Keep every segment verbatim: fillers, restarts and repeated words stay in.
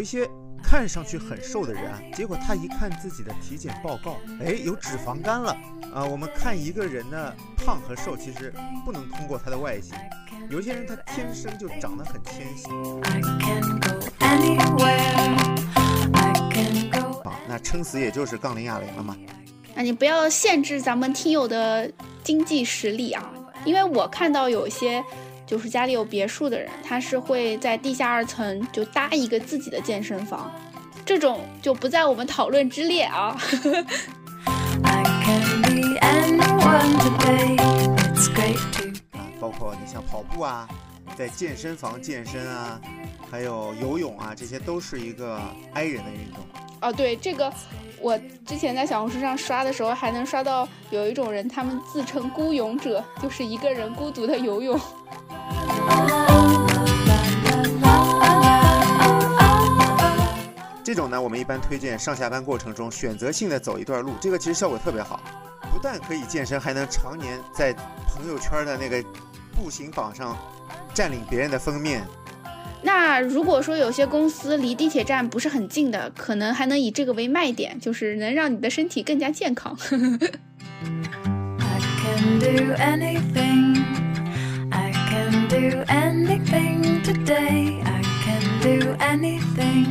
些看上去很瘦的人啊，结果他一看自己的体检报告，哎，有脂肪肝了啊。我们看一个人的胖和瘦，其实不能通过他的外形，有些人他天生就长得很纤细。啊，那撑死也就是杠铃哑铃了嘛。 那你不要限制咱们听友的经济实力啊，因为我看到有一些就是家里有别墅的人，他是会在地下二层就搭一个自己的健身房，这种就不在我们讨论之列啊。 包括你像跑步啊，在健身房健身啊，还有游泳啊，这些都是一个 I 人的运动。 哦，对，这个我之前在小红书上刷的时候，还能刷到有一种人，他们自称孤勇者，就是一个人孤独的游泳。 这种呢，我们一般推荐上下班过程中选择性的走一段路，这个其实效果特别好，不但可以健身，还能常年在朋友圈的那个步行榜上占领别人的封面。 那如果说有些公司离地铁站不是很近的，可能还能以这个为卖点，就是能让你的身体更加健康。I can do anything, I can do anything today, I can do anything,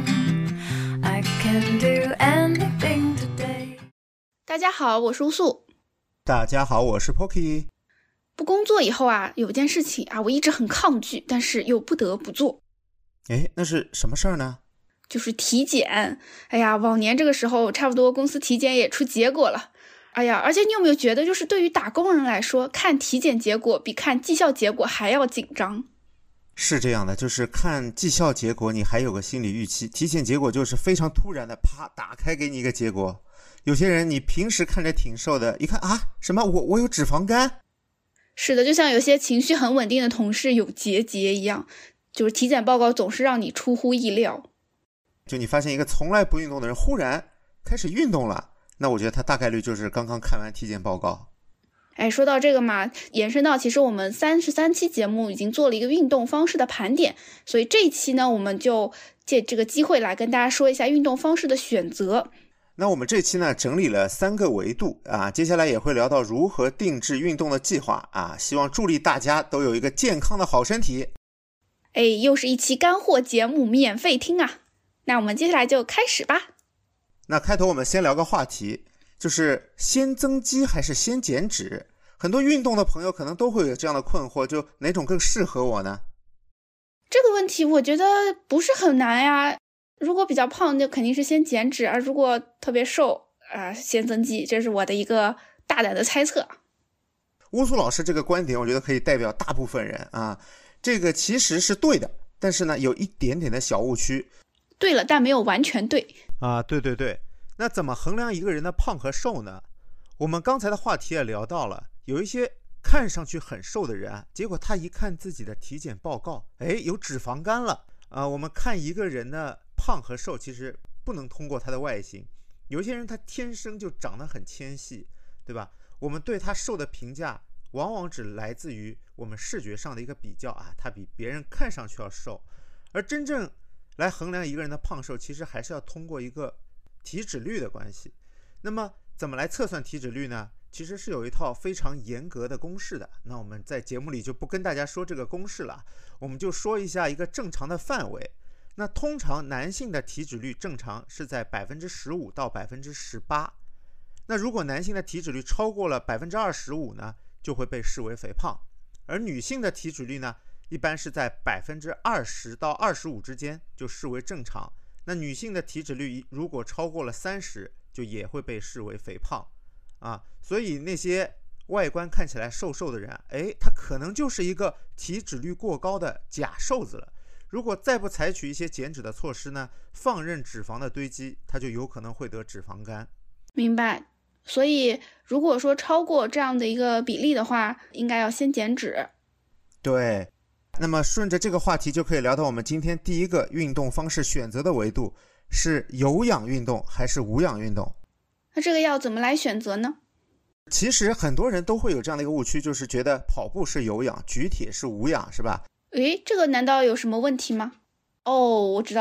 I can do anything today。 大家好，我是乌素。 大家好，我是 Pocky。 不工作以后啊，有件事情啊，我一直很抗拒，但是又不得不做。 哎，那是什么事儿呢？ 就是体检。哎呀，往年这个时候差不多公司体检也出结果了。哎呀，而且你有没有觉得，就是对于打工人来说，看体检结果比看绩效结果还要紧张？ 是这样的，就是看绩效结果你还有个心理预期，体检结果就是非常突然的，啪打开给你一个结果。有些人你平时看着挺瘦的，一看啊，什么我我有脂肪肝。 是的，就像有些情绪很稳定的同事有结节一样，就是体检报告总是让你出乎意料。 就你发现一个从来不运动的人忽然开始运动了，那我觉得他大概率就是刚刚看完体检报告。 哎，说到这个嘛，延伸到其实我们三十三期节目已经做了一个运动方式的盘点，所以这一期呢，我们就借这个机会来跟大家说一下运动方式的选择。 那我们这期呢整理了三个维度啊，接下来也会聊到如何定制运动的计划啊，希望助力大家都有一个健康的好身体。 哎，又是一期干货节目，免费听啊！那我们接下来就开始吧。 那开头我们先聊个话题，就是先增肌还是先减脂？很多运动的朋友可能都会有这样的困惑，就哪种更适合我呢？ 这个问题我觉得不是很难呀。如果比较胖就肯定是先减脂，而如果特别瘦啊、呃，先增肌，这是我的一个大胆的猜测。 乌苏老师这个观点我觉得可以代表大部分人啊，这个其实是对的，但是呢有一点点的小误区。 对了，但没有完全对啊，对对对。那怎么衡量一个人的胖和瘦呢？我们刚才的话题也聊到了，有一些看上去很瘦的人啊，结果他一看自己的体检报告，哎，有脂肪肝了啊。我们看一个人的胖和瘦其实不能通过他的外形，有些人他天生就长得很纤细，对吧？我们对他瘦的评价往往只来自于我们视觉上的一个比较啊，他比别人看上去要瘦，而真正来衡量一个人的胖瘦，其实还是要通过一个体脂率的关系。那么怎么来测算体脂率呢？其实是有一套非常严格的公式的，那我们在节目里就不跟大家说这个公式了，我们就说一下一个正常的范围。那通常男性的体脂率正常是在 百分之十五 到 百分之十八， 那如果男性的体脂率超过了 百分之二十五 呢，就会被视为肥胖。而女性的体脂率呢，一般是在 百分之二十 到二十五 之间，就视为正常。那女性的体脂率如果超过了三十，就也会被视为肥胖啊。所以那些外观看起来瘦瘦的人，哎，他可能就是一个体脂率过高的假瘦子了。如果再不采取一些减脂的措施呢，放任脂肪的堆积，它就有可能会得脂肪肝。 明白。所以如果说超过这样的一个比例的话，应该要先减脂。 对。那么顺着这个话题就可以聊到我们今天第一个运动方式选择的维度，是有氧运动还是无氧运动？ 那这个要怎么来选择呢？ 其实很多人都会有这样的一个误区，就是觉得跑步是有氧，举铁是无氧，是吧？ 诶，这个难道有什么问题吗？哦，我知道了，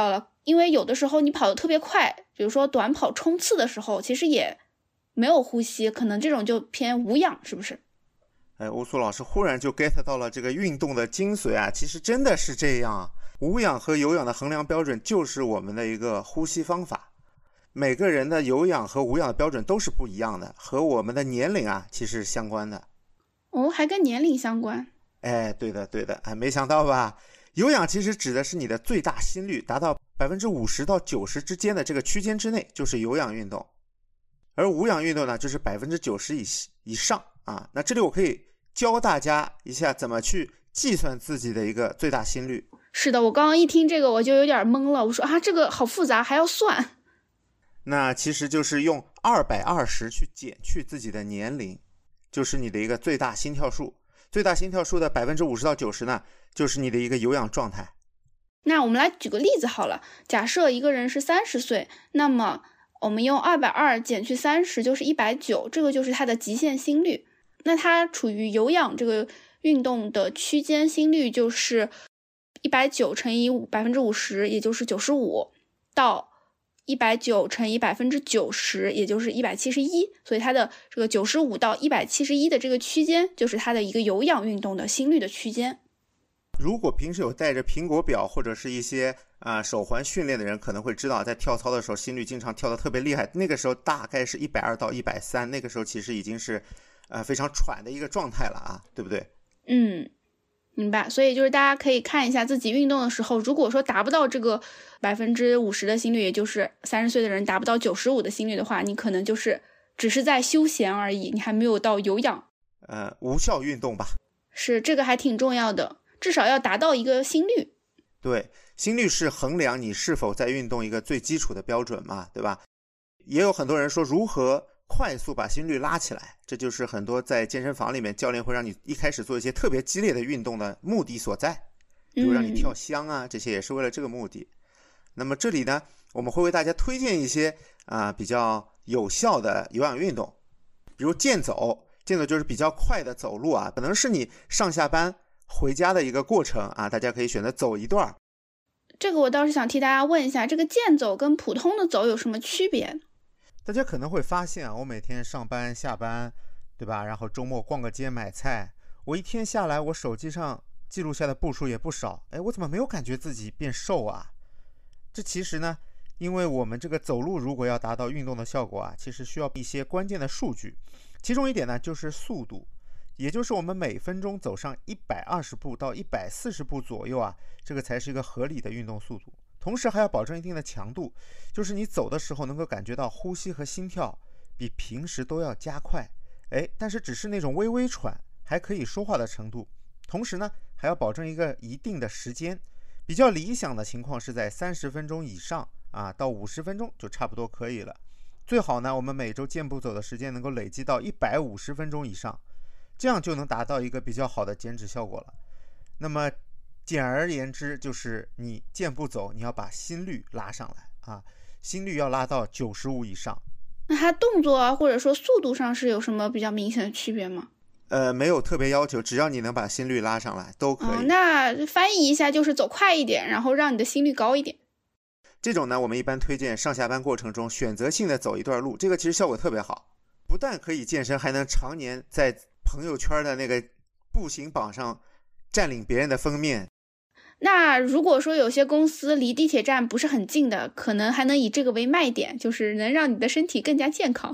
因为有的时候你跑得特别快，比如说短跑冲刺的时候，其实也没有呼吸，可能这种就偏无氧，是不是？ 哎，乌苏老师忽然就 get 到了这个运动的精髓啊！其实真的是这样，无氧和有氧的衡量标准就是我们的一个呼吸方法。每个人的有氧和无氧的标准都是不一样的，和我们的年龄啊其实是相关的。 哦，还跟年龄相关？ 哎，对的对的，哎，没想到吧？有氧其实指的是你的最大心率达到百分之五十到九十之间的这个区间之内，就是有氧运动。而无氧运动呢，就是百分之九十以以上啊。那这里我可以教大家一下怎么去计算自己的一个最大心率。 是的，我刚刚一听这个我就有点懵了，我说啊，这个好复杂，还要算。 那其实就是用二百二十去减去自己的年龄，就是你的一个最大心跳数。最大心跳数的百分之五十到九十呢，就是你的一个有氧状态。 那我们来举个例子好了，假设一个人是三十岁，那么我们用二百二减去三十就是一百九，这个就是他的极限心率。那他处于有氧这个运动的区间心率就是一百九乘以百分之五十，也就是九十五，到一百九乘以百分之九十，也就是一百七十一。所以它的这个九十五到一百七十一的这个区间，就是它的一个有氧运动的心率的区间。 如果平时有带着苹果表或者是一些啊、呃、手环训练的人，可能会知道，在跳操的时候心率经常跳得特别厉害，那个时候大概是一百二到一百三，那个时候其实已经是呃非常喘的一个状态了啊，对不对？ 嗯，明白。所以就是大家可以看一下自己运动的时候，如果说达不到这个百分之五十的心率，也就是三十岁的人达不到九十五的心率的话，你可能就是只是在休闲而已，你还没有到有氧， 呃，无效运动吧。 是，这个还挺重要的，至少要达到一个心率。 对，心率是衡量你是否在运动一个最基础的标准嘛，对吧？也有很多人说如何快速把心率拉起来，这就是很多在健身房里面教练会让你一开始做一些特别激烈的运动的目的所在，比如让你跳箱啊，这些也是为了这个目的。那么这里呢，我们会为大家推荐一些啊、呃、比较有效的有氧运动，比如健走，健走就是比较快的走路啊，可能是你上下班回家的一个过程啊，大家可以选择走一段。 这个我倒是想替大家问一下，这个健走跟普通的走有什么区别？ 大家可能会发现啊，我每天上班下班，对吧？然后周末逛个街买菜，我一天下来，我手机上记录下的步数也不少。哎，我怎么没有感觉自己变瘦啊？这其实呢，因为我们这个走路如果要达到运动的效果啊，其实需要一些关键的数据，其中一点呢就是速度，也就是我们每分钟走上一百二十步到一百四十步左右啊，这个才是一个合理的运动速度。同时还要保证一定的强度，就是你走的时候能够感觉到呼吸和心跳比平时都要加快，哎，但是只是那种微微喘，还可以说话的程度。同时呢，还要保证一个一定的时间，比较理想的情况是在三十分钟以上啊，到五十分钟就差不多可以了。最好呢，我们每周健步走的时间能够累积到一百五十分钟以上，这样就能达到一个比较好的减脂效果了。那么简而言之，就是你健步走，你要把心率拉上来啊，心率要拉到九十五以上。 那它动作啊，或者说速度上是有什么比较明显的区别吗？ 呃，没有特别要求，只要你能把心率拉上来都可以。 哦，那翻译一下就是走快一点，然后让你的心率高一点。 这种呢，我们一般推荐上下班过程中选择性的走一段路，这个其实效果特别好，不但可以健身，还能常年在朋友圈的那个步行榜上占领别人的封面。 那如果说有些公司离地铁站不是很近的，可能还能以这个为卖点，就是能让你的身体更加健康。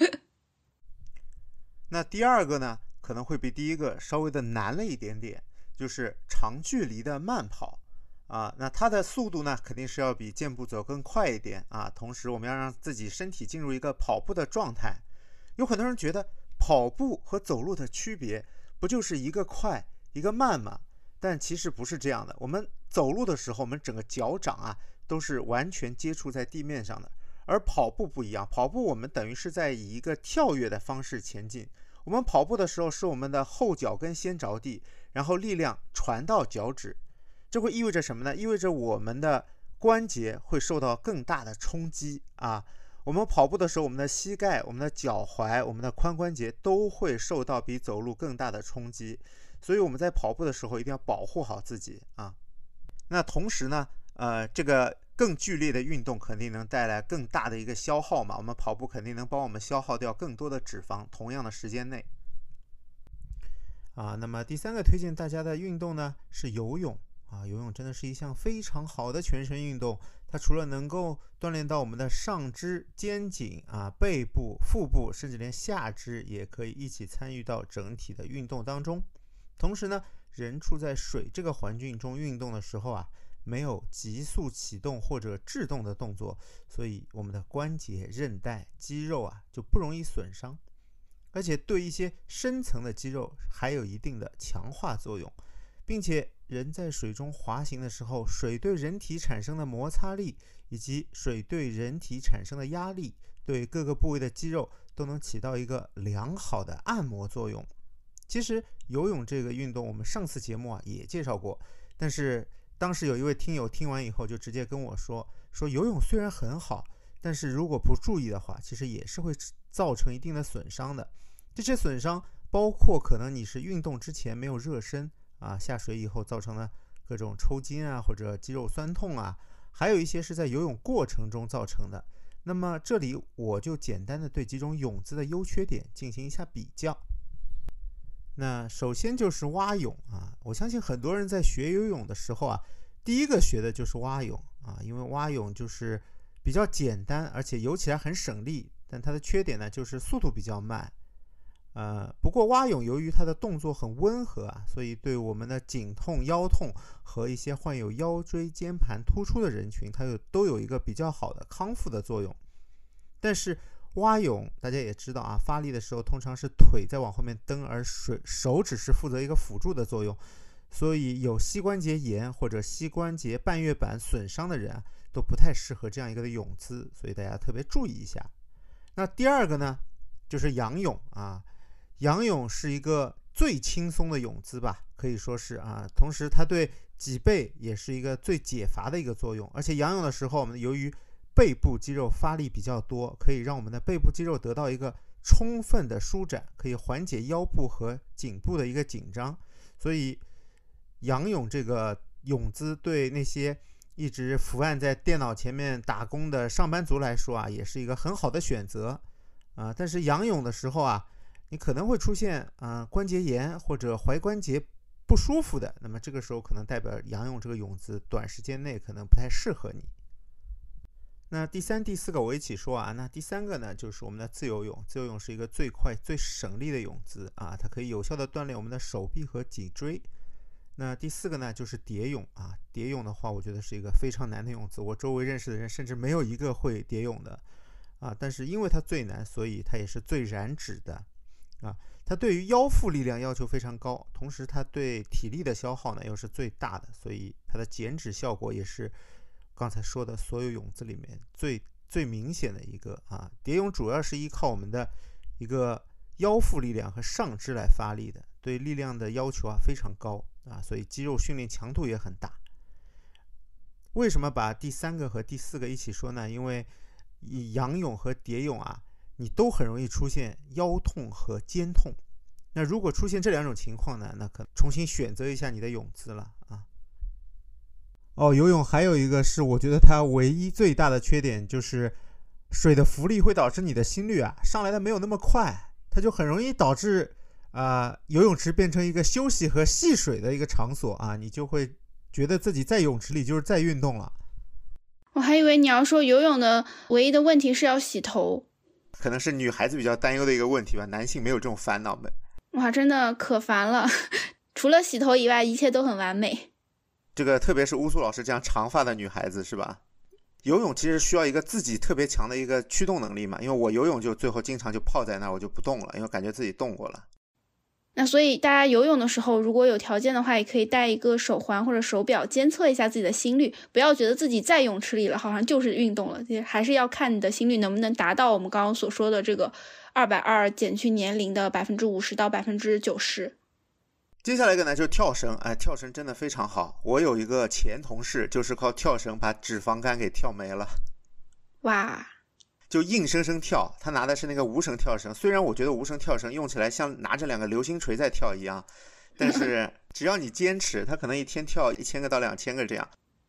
那第二个呢，可能会比第一个稍微的难了一点点，就是长距离的慢跑啊。那它的速度呢，肯定是要比健步走更快一点啊。同时，我们要让自己身体进入一个跑步的状态。有很多人觉得跑步和走路的区别不就是一个快一个慢吗？但其实不是这样的。我们走路的时候，我们整个脚掌啊都是完全接触在地面上的，而跑步不一样，跑步我们等于是在以一个跳跃的方式前进。我们跑步的时候是我们的后脚跟先着地，然后力量传到脚趾，这会意味着什么呢？意味着我们的关节会受到更大的冲击啊。我们跑步的时候，我们的膝盖、我们的脚踝、我们的髋关节都会受到比走路更大的冲击，所以我们在跑步的时候一定要保护好自己啊。那同时呢，呃，这个更剧烈的运动肯定能带来更大的一个消耗嘛，我们跑步肯定能帮我们消耗掉更多的脂肪，同样的时间内。啊，那么第三个推荐大家的运动呢是游泳啊，游泳真的是一项非常好的全身运动，它除了能够锻炼到我们的上肢、肩颈啊、背部、腹部，甚至连下肢也可以一起参与到整体的运动当中。同时呢，人处在水这个环境中运动的时候啊，没有急速启动或者制动的动作，所以我们的关节、韧带、肌肉啊就不容易损伤。而且对一些深层的肌肉还有一定的强化作用，并且人在水中滑行的时候，水对人体产生的摩擦力以及水对人体产生的压力，对各个部位的肌肉都能起到一个良好的按摩作用。其实游泳这个运动我们上次节目啊也介绍过，但是当时有一位听友听完以后就直接跟我说说游泳虽然很好，但是如果不注意的话，其实也是会造成一定的损伤的。这些损伤包括可能你是运动之前没有热身啊，下水以后造成了各种抽筋啊，或者肌肉酸痛啊，还有一些是在游泳过程中造成的。那么这里我就简单的对几种泳姿的优缺点进行一下比较。那首先就是蛙泳啊，我相信很多人在学游泳的时候啊，第一个学的就是蛙泳啊，因为蛙泳就是比较简单，而且游起来很省力，但它的缺点呢就是速度比较慢。呃，不过蛙泳由于它的动作很温和啊，所以对我们的颈痛、腰痛和一些患有腰椎间盘突出的人群，它有都有一个比较好的康复的作用。但是蛙泳大家也知道啊，发力的时候通常是腿在往后面蹬，而水手只是负责一个辅助的作用，所以有膝关节炎或者膝关节半月板损伤的人啊，都不太适合这样一个泳姿，所以大家特别注意一下。那第二个呢，就是仰泳啊。仰泳是一个最轻松的泳姿吧，可以说是啊，同时它对脊背也是一个最解乏的一个作用。而且仰泳的时候，我们由于背部肌肉发力比较多，可以让我们的背部肌肉得到一个充分的舒展，可以缓解腰部和颈部的一个紧张。所以仰泳这个泳姿对那些一直伏案在电脑前面打工的上班族来说啊，也是一个很好的选择啊。但是仰泳的时候啊，你可能会出现啊、呃、关节炎或者踝关节不舒服的，那么这个时候可能代表仰泳这个泳姿短时间内可能不太适合你。那第三、第四个我一起说啊。那第三个呢，就是我们的自由泳。自由泳是一个最快、最省力的泳姿啊，它可以有效的锻炼我们的手臂和脊椎。那第四个呢，就是蝶泳啊。蝶泳的话，我觉得是一个非常难的泳姿，我周围认识的人甚至没有一个会蝶泳的啊。但是因为它最难，所以它也是最燃脂的。啊，它对于腰腹力量要求非常高，同时它对体力的消耗呢又是最大的，所以它的减脂效果也是刚才说的所有泳姿里面最最明显的一个啊。蝶泳主要是依靠我们的一个腰腹力量和上肢来发力的，对力量的要求啊非常高啊，所以肌肉训练强度也很大。为什么把第三个和第四个一起说呢？因为以仰泳和蝶泳啊，你都很容易出现腰痛和肩痛。那如果出现这两种情况呢，那可能重新选择一下你的泳姿了啊。哦，游泳还有一个是我觉得它唯一最大的缺点，就是水的浮力会导致你的心率啊上来的没有那么快，它就很容易导致啊、呃、游泳池变成一个休息和戏水的一个场所啊，你就会觉得自己在泳池里就是在运动了。 我还以为你要说游泳的唯一的问题是要洗头， 可能是女孩子比较担忧的一个问题吧，男性没有这种烦恼们。 哇，真的可烦了，除了洗头以外，一切都很完美。 这个特别是乌苏老师这样长发的女孩子是吧？游泳其实需要一个自己特别强的一个驱动能力嘛，因为我游泳就最后经常就泡在那儿，我就不动了，因为感觉自己动过了。 那所以大家游泳的时候，如果有条件的话，也可以带一个手环或者手表监测一下自己的心率，不要觉得自己在泳池里了好像就是运动了，还是要看你的心率能不能达到我们刚刚所说的这个二百二减去年龄的百分之五十到百分之九十。 接下来一个呢就是跳绳，哎，跳绳真的非常好。我有一个前同事就是靠跳绳把脂肪肝给跳没了。 哇！ 就硬生生跳，他拿的是那个无绳跳绳，虽然我觉得无绳跳绳用起来像拿着两个流星锤在跳一样，但是只要你坚持，他可能一天跳一千个到两千个这样。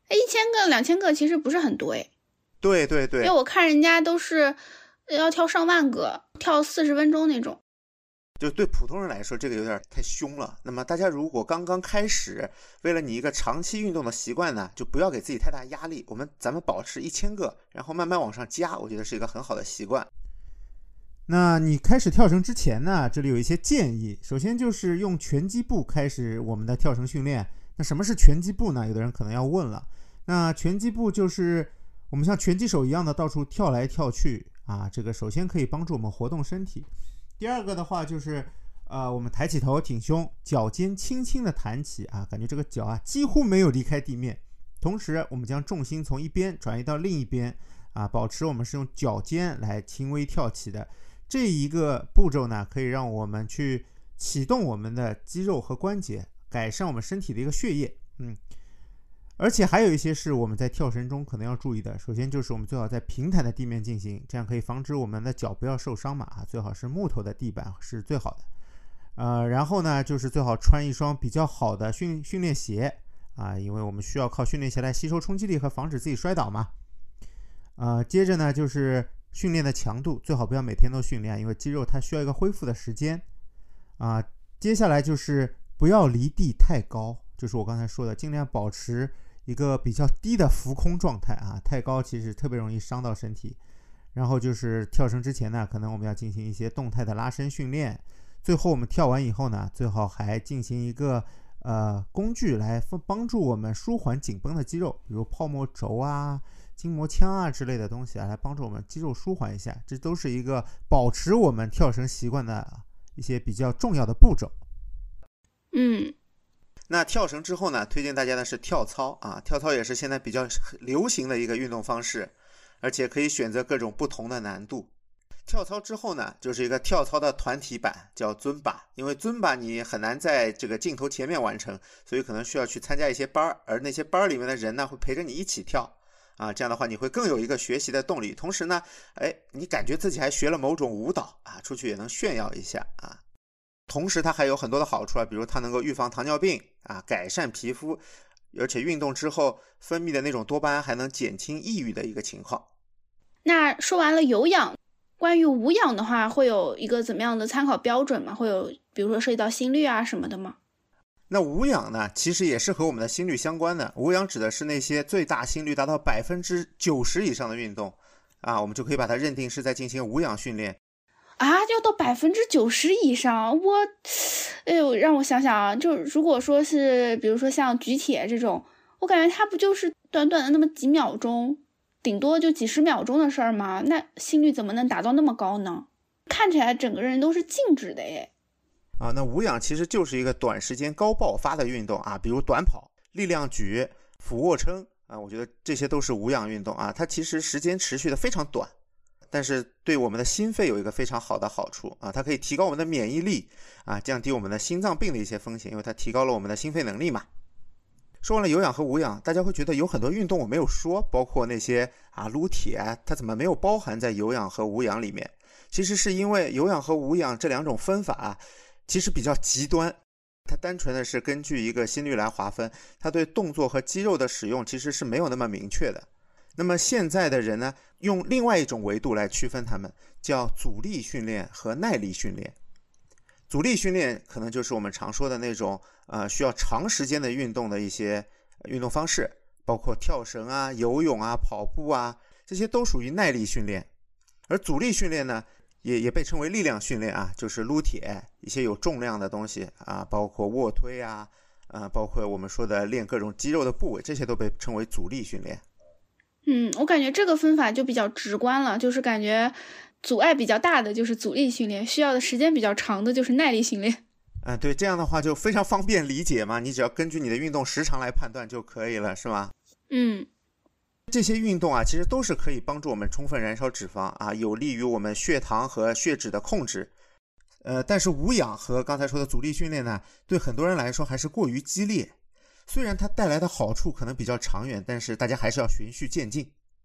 哎，一千个、两千个其实不是很多哎。 对对对， 因为我看人家都是要跳上万个，跳四十分钟那种。 就对普通人来说，这个有点太凶了。那么大家如果刚刚开始，为了你一个长期运动的习惯呢，就不要给自己太大压力。我们咱们保持一千个，然后慢慢往上加，我觉得是一个很好的习惯。那你开始跳绳之前呢，这里有一些建议。首先就是用拳击步开始我们的跳绳训练。那什么是拳击步呢？有的人可能要问了。那拳击步就是我们像拳击手一样的到处跳来跳去啊，这个首先可以帮助我们活动身体。第二个的话就是呃，我们抬起头挺胸，脚尖轻轻的弹起啊，感觉这个脚啊几乎没有离开地面。同时我们将重心从一边转移到另一边啊，保持我们是用脚尖来轻微跳起的。这一个步骤呢，可以让我们去启动我们的肌肉和关节，改善我们身体的一个血液。嗯，而且还有一些是我们在跳绳中可能要注意的。首先就是我们最好在平坦的地面进行，这样可以防止我们的脚不要受伤嘛。啊，最好是木头的地板是最好的。呃，然后呢，就是最好穿一双比较好的训训练鞋啊，因为我们需要靠训练鞋来吸收冲击力和防止自己摔倒嘛。呃，接着呢就是训练的强度，最好不要每天都训练，因为肌肉它需要一个恢复的时间啊。接下来就是不要离地太高，就是我刚才说的，尽量保持一个比较低的浮空状态啊，太高其实特别容易伤到身体。然后就是跳绳之前呢，可能我们要进行一些动态的拉伸训练。最后我们跳完以后呢，最好还进行一个呃工具来帮助我们舒缓紧绷的肌肉，比如泡沫轴啊、筋膜枪啊之类的东西啊，来帮助我们肌肉舒缓一下。这都是一个保持我们跳绳习惯的一些比较重要的步骤。 嗯， 那跳绳之后呢，推荐大家的是跳操啊，跳操也是现在比较流行的一个运动方式，而且可以选择各种不同的难度。跳操之后呢，就是一个跳操的团体版，叫尊巴。因为尊巴你很难在这个镜头前面完成，所以可能需要去参加一些班，而那些班里面的人呢，会陪着你一起跳啊，这样的话你会更有一个学习的动力。同时呢，哎，你感觉自己还学了某种舞蹈啊，出去也能炫耀一下啊。同时它还有很多的好处啊，比如它能够预防糖尿病啊，改善皮肤，而且运动之后分泌的那种多巴胺还能减轻抑郁的一个情况。 那说完了有氧，关于无氧的话，会有一个怎么样的参考标准吗？会有比如说涉及到心率啊什么的吗？ 那无氧呢，其实也是和我们的心率相关的。无氧指的是那些最大心率达到百分之九十以上的运动啊，我们就可以把它认定是在进行无氧训练啊，要到百分之九十以上，我，哎呦，让我想想啊，就如果说是比如说像举铁这种，我感觉它不就是短短的那么几秒钟，顶多就几十秒钟的事儿吗？那心率怎么能达到那么高呢？看起来整个人都是静止的耶。 啊，那无氧其实就是一个短时间高爆发的运动啊，比如短跑、力量举、俯卧撑啊，我觉得这些都是无氧运动啊，它其实时间持续的非常短，但是对我们的心肺有一个非常好的好处啊，它可以提高我们的免疫力啊，降低我们的心脏病的一些风险，因为它提高了我们的心肺能力嘛。说完了有氧和无氧，大家会觉得有很多运动我没有说，包括那些啊撸铁啊，它怎么没有包含在有氧和无氧里面？其实是因为有氧和无氧这两种分法啊，其实比较极端，它单纯的是根据一个心率来划分，它对动作和肌肉的使用其实是没有那么明确的。那么现在的人呢，用另外一种维度来区分它们，叫阻力训练和耐力训练。阻力训练可能就是我们常说的那种呃需要长时间的运动的一些运动方式，包括跳绳啊、游泳啊、跑步啊，这些都属于耐力训练。而阻力训练呢，也也被称为力量训练啊，就是撸铁一些有重量的东西啊，包括卧推啊，呃，包括我们说的练各种肌肉的部位，这些都被称为阻力训练。 嗯，我感觉这个分法就比较直观了，就是感觉阻碍比较大的就是阻力训练，需要的时间比较长的就是耐力训练。 啊、呃，对，这样的话就非常方便理解嘛，你只要根据你的运动时长来判断就可以了，是吗？ 嗯， 这些运动啊，其实都是可以帮助我们充分燃烧脂肪啊，有利于我们血糖和血脂的控制。呃，但是无氧和刚才说的阻力训练呢，对很多人来说还是过于激烈。虽然它带来的好处可能比较长远，但是大家还是要循序渐进。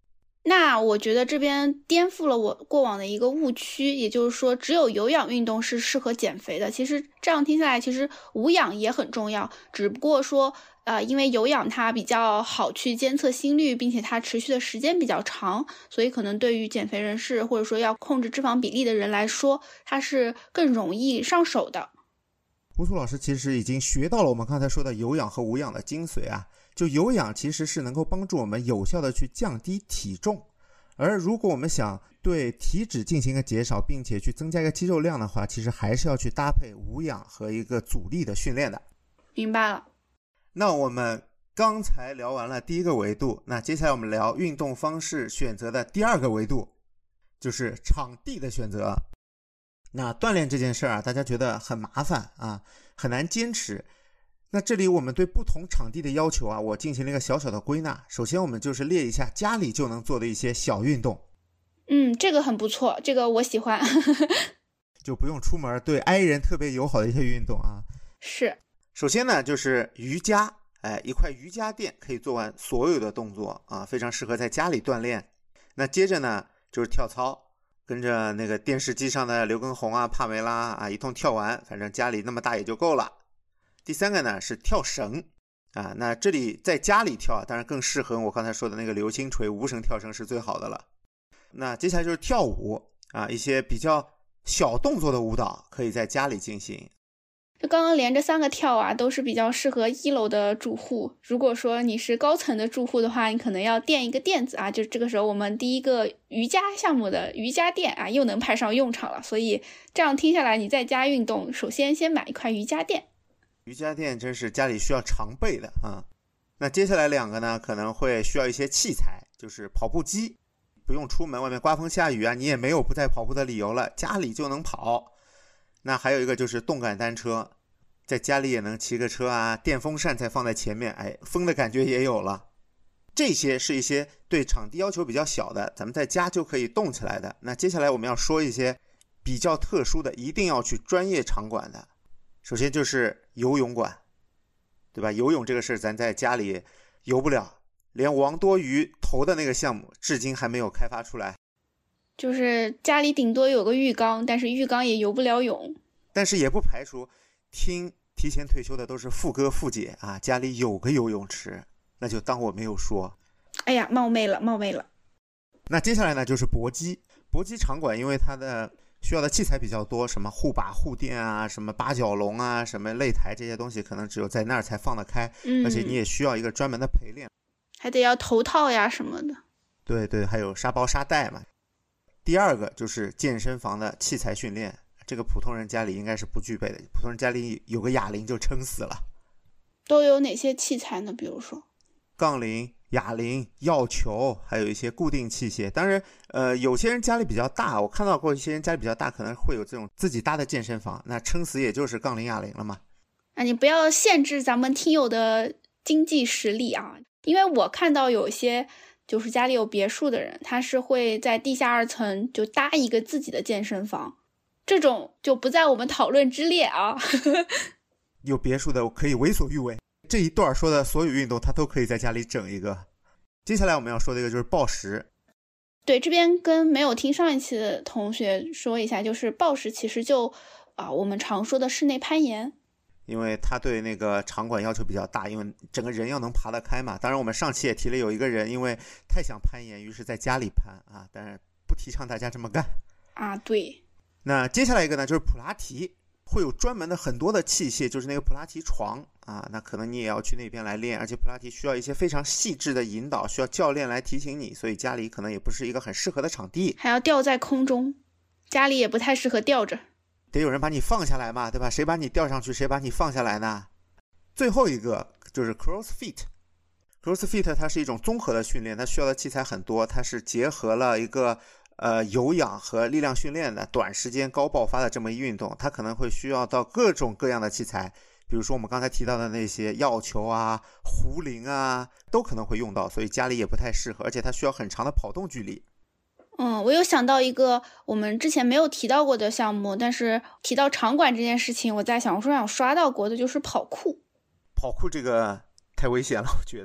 那我觉得这边颠覆了我过往的一个误区，也就是说只有有氧运动是适合减肥的。其实这样听下来，其实无氧也很重要，只不过说呃，因为有氧它比较好去监测心率，并且它持续的时间比较长，所以可能对于减肥人士或者说要控制脂肪比例的人来说，它是更容易上手的。 胡苏老师其实已经学到了我们刚才说的有氧和无氧的精髓啊。就有氧其实是能够帮助我们有效的去降低体重，而如果我们想对体脂进行一个减少，并且去增加一个肌肉量的话，其实还是要去搭配无氧和一个阻力的训练的。 明白了。 那我们刚才聊完了第一个维度，那接下来我们聊运动方式选择的第二个维度，就是场地的选择。那锻炼这件事啊，大家觉得很麻烦啊，很难坚持。那这里我们对不同场地的要求啊，我进行了一个小小的归纳。首先我们就是列一下家里就能做的一些小运动。 嗯，这个很不错，这个我喜欢。 就不用出门，对 I 人特别友好的一些运动啊。 是。 首先呢就是瑜伽，哎，一块瑜伽垫可以做完所有的动作啊，非常适合在家里锻炼。那接着呢就是跳操，跟着那个电视机上的刘畊宏啊、帕梅拉啊一通跳完，反正家里那么大也就够了。第三个呢是跳绳啊，那这里在家里跳啊，当然更适合我刚才说的那个流星锤无绳跳绳是最好的了。那接下来就是跳舞啊，一些比较小动作的舞蹈可以在家里进行。 就刚刚连着三个跳啊，都是比较适合一楼的住户。如果说你是高层的住户的话，你可能要垫一个垫子啊，就这个时候我们第一个瑜伽项目的瑜伽垫啊，又能派上用场了。所以这样听下来，你在家运动，首先先买一块瑜伽垫。 瑜伽垫真是家里需要常备的啊。那接下来两个呢，可能会需要一些器材，就是跑步机，不用出门，外面刮风下雨啊，你也没有不再跑步的理由了，家里就能跑。那还有一个就是动感单车，在家里也能骑个车啊，电风扇再放在前面，哎，风的感觉也有了。这些是一些对场地要求比较小的，咱们在家就可以动起来的。那接下来我们要说一些比较特殊的，一定要去专业场馆的。首先就是游泳馆，对吧？游泳这个事咱在家里游不了，连王多鱼投的那个项目至今还没有开发出来。 就是家里顶多有个浴缸，但是浴缸也游不了泳。 但是也不排除听提前退休的都是富哥富姐啊，家里有个游泳池，那就当我没有说。 哎呀，冒昧了冒昧了。 那接下来呢就是搏击，搏击场馆因为它的需要的器材比较多，什么护把护垫啊，什么八角笼啊，什么擂台，这些东西可能只有在那儿才放得开、嗯、而且你也需要一个专门的陪练， 还得要头套呀什么的。 对对，还有沙包沙袋嘛。第二个就是健身房的器材训练，这个普通人家里应该是不具备的，普通人家里有个哑铃就撑死了。 都有哪些器材呢？比如说杠铃、哑铃、药球，还有一些固定器械。当然呃，有些人家里比较大，我看到过一些人家里比较大，可能会有这种自己搭的健身房，那撑死也就是杠铃哑铃了嘛。 啊，你不要限制咱们听友的经济实力啊，因为我看到有些就是家里有别墅的人，他是会在地下二层就搭一个自己的健身房，这种就不在我们讨论之列啊。 有别墅的可以为所欲为，这一段说的所有运动他都可以在家里整一个。接下来我们要说的一个就是抱石。 对，这边跟没有听上一期的同学说一下，就是抱石其实就啊、呃，我们常说的室内攀岩， 因为他对那个场馆要求比较大，因为整个人要能爬得开嘛。当然我们上期也提了，有一个人因为太想攀岩，于是在家里攀啊，但是不提倡大家这么干啊。对， 那接下来一个呢就是普拉提，会有专门的很多的器械，就是那个普拉提床啊，那可能你也要去那边来练，而且普拉提需要一些非常细致的引导，需要教练来提醒你，所以家里可能也不是一个很适合的场地， 还要吊在空中，家里也不太适合吊着， 得有人把你放下来嘛，对吧？谁把你吊上去，谁把你放下来呢？最后一个就是 CrossFit， CrossFit 它是一种综合的训练，它需要的器材很多，它是结合了一个呃，有氧和力量训练的短时间高爆发的这么一运动，它可能会需要到各种各样的器材，比如说我们刚才提到的那些药球啊、壶铃啊，都可能会用到，所以家里也不太适合，而且它需要很长的跑动距离。 嗯，我有想到一个我们之前没有提到过的项目，但是提到场馆这件事情，我在小红书上有刷到过的，就是跑酷。 跑酷这个太危险了，我觉得。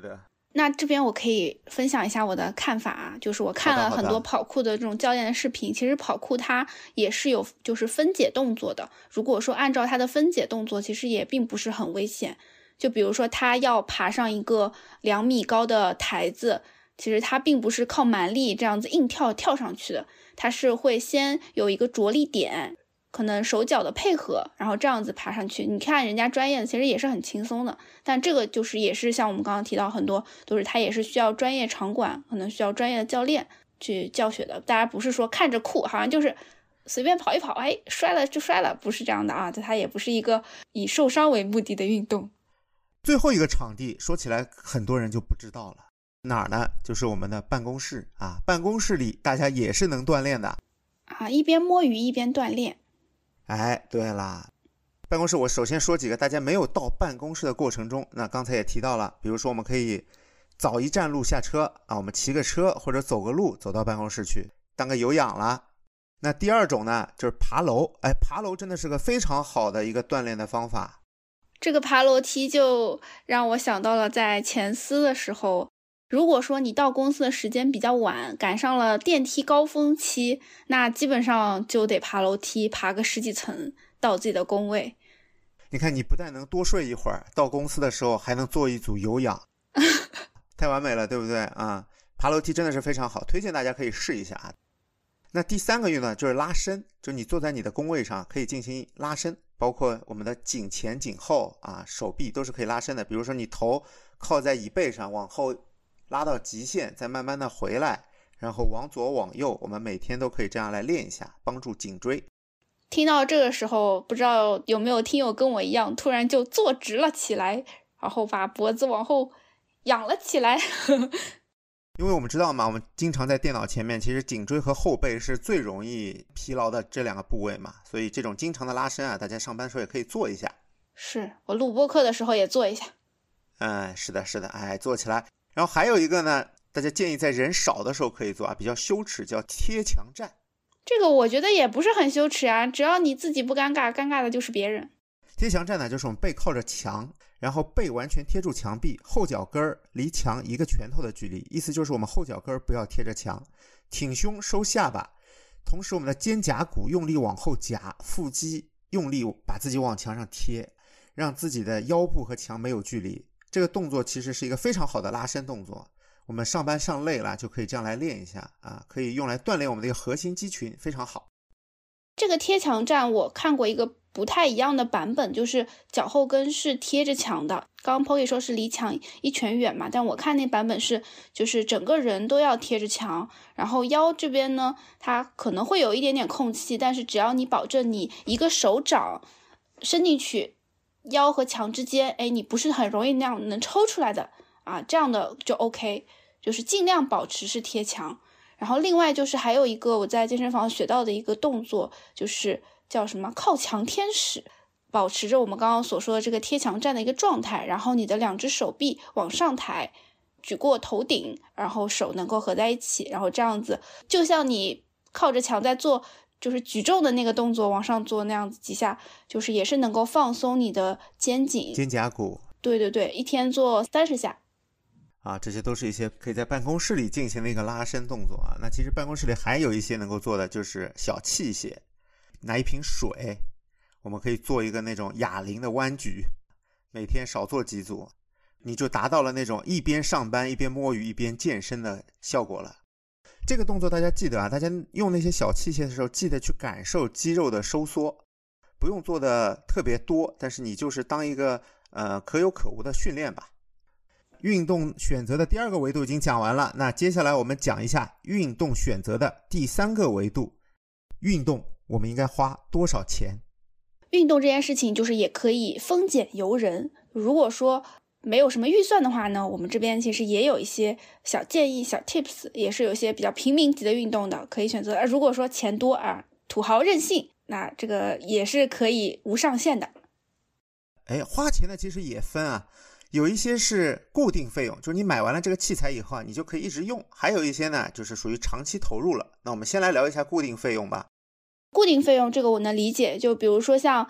那这边我可以分享一下我的看法啊，就是我看了很多跑酷的这种教练的视频，其实跑酷它也是有就是分解动作的，如果说按照它的分解动作，其实也并不是很危险。就比如说他要爬上一个两米高的台子，其实他并不是靠蛮力这样子硬跳跳上去的，他是会先有一个着力点，可能手脚的配合，然后这样子爬上去。你看人家专业的其实也是很轻松的，但这个就是也是像我们刚刚提到很多都是他也是需要专业场馆，可能需要专业的教练去教学的。大家不是说看着酷好像就是随便跑一跑，哎，摔了就摔了，不是这样的啊，它也不是一个以受伤为目的的运动。 最后一个场地说起来很多人就不知道了，哪儿呢？就是我们的办公室啊，办公室里大家也是能锻炼的啊，一边摸鱼一边锻炼。 哎，对啦，办公室我首先说几个大家没有到办公室的过程中，那刚才也提到了，比如说我们可以早一站路下车啊，我们骑个车或者走个路走到办公室去当个有氧啦。那第二种呢，就是爬楼，哎，爬楼真的是个非常好的一个锻炼的方法。 这个爬楼梯就让我想到了在前司的时候，如果说你到公司的时间比较晚，赶上了电梯高峰期，那基本上就得爬楼梯，爬个十几层到自己的工位。 你看，你不但能多睡一会儿，到公司的时候还能做一组有氧，太完美了，对不对啊？爬楼梯真的是非常好，推荐大家可以试一下。那第三个运动就是拉伸，就你坐在你的工位上可以进行拉伸，包括我们的颈前颈后啊，手臂都是可以拉伸的。比如说你头靠在椅背上往后拉到极限，再慢慢的回来，然后往左往右，我们每天都可以这样来练一下，帮助颈椎。 听到这个时候，不知道有没有听友跟我一样突然就坐直了起来，然后把脖子往后仰了起来。 因为我们知道嘛，我们经常在电脑前面，其实颈椎和后背是最容易疲劳的这两个部位嘛，所以这种经常的拉伸啊，大家上班时候也可以做一下。 是，我录播课的时候也做一下。 嗯，是的是的，哎，做起来。然后还有一个呢，大家建议在人少的时候可以做啊，比较羞耻，叫贴墙站。 这个我觉得也不是很羞耻啊，只要你自己不尴尬，尴尬的就是别人。 贴墙站呢，就是我们背靠着墙，然后背完全贴住墙壁，后脚跟离墙一个拳头的距离，意思就是我们后脚跟不要贴着墙，挺胸收下巴，同时我们的肩胛骨用力往后夹，腹肌用力把自己往墙上贴，让自己的腰部和墙没有距离。这个动作其实是一个非常好的拉伸动作，我们上班上累了就可以这样来练一下啊，可以用来锻炼我们的一个核心肌群，非常好。 这个贴墙站我看过一个不太一样的版本，就是脚后跟是贴着墙的。刚刚 Pocky 说是离墙一拳远嘛，但我看那版本是就是整个人都要贴着墙，然后腰这边呢，它可能会有一点点空隙，但是只要你保证你一个手掌伸进去，腰和墙之间，哎，你不是很容易那样能抽出来的啊，这样的就 OK， 就是尽量保持是贴墙。然后另外就是还有一个我在健身房学到的一个动作，就是叫什么靠墙天使，保持着我们刚刚所说的这个贴墙站的一个状态，然后你的两只手臂往上抬，举过头顶，然后手能够合在一起，然后这样子就像你靠着墙在做就是举重的那个动作往上做那样子几下，就是也是能够放松你的肩颈肩胛骨。 对对对，一天做三十下啊，这些都是一些可以在办公室里进行的一个拉伸动作啊。那其实办公室里还有一些能够做的，就是小器械，拿一瓶水，我们可以做一个那种哑铃的弯举，每天少做几组，你就达到了那种一边上班一边摸鱼一边健身的效果了。这个动作大家记得啊，大家用那些小器械的时候，记得去感受肌肉的收缩，不用做的特别多，但是你就是当一个呃可有可无的训练吧。运动选择的第二个维度已经讲完了，那接下来我们讲一下运动选择的第三个维度，运动我们应该花多少钱？ 运动这件事情就是也可以丰俭由人，如果说没有什么预算的话呢，我们这边其实也有一些小建议小 tips， 也是有些比较平民级的运动的可以选择。而如果说钱多啊，土豪任性，那这个也是可以无上限的。 哎，花钱的其实也分啊，有一些是固定费用，就是你买完了这个器材以后啊，你就可以一直用，还有一些呢就是属于长期投入了。那我们先来聊一下固定费用吧。 固定费用这个我能理解，就比如说像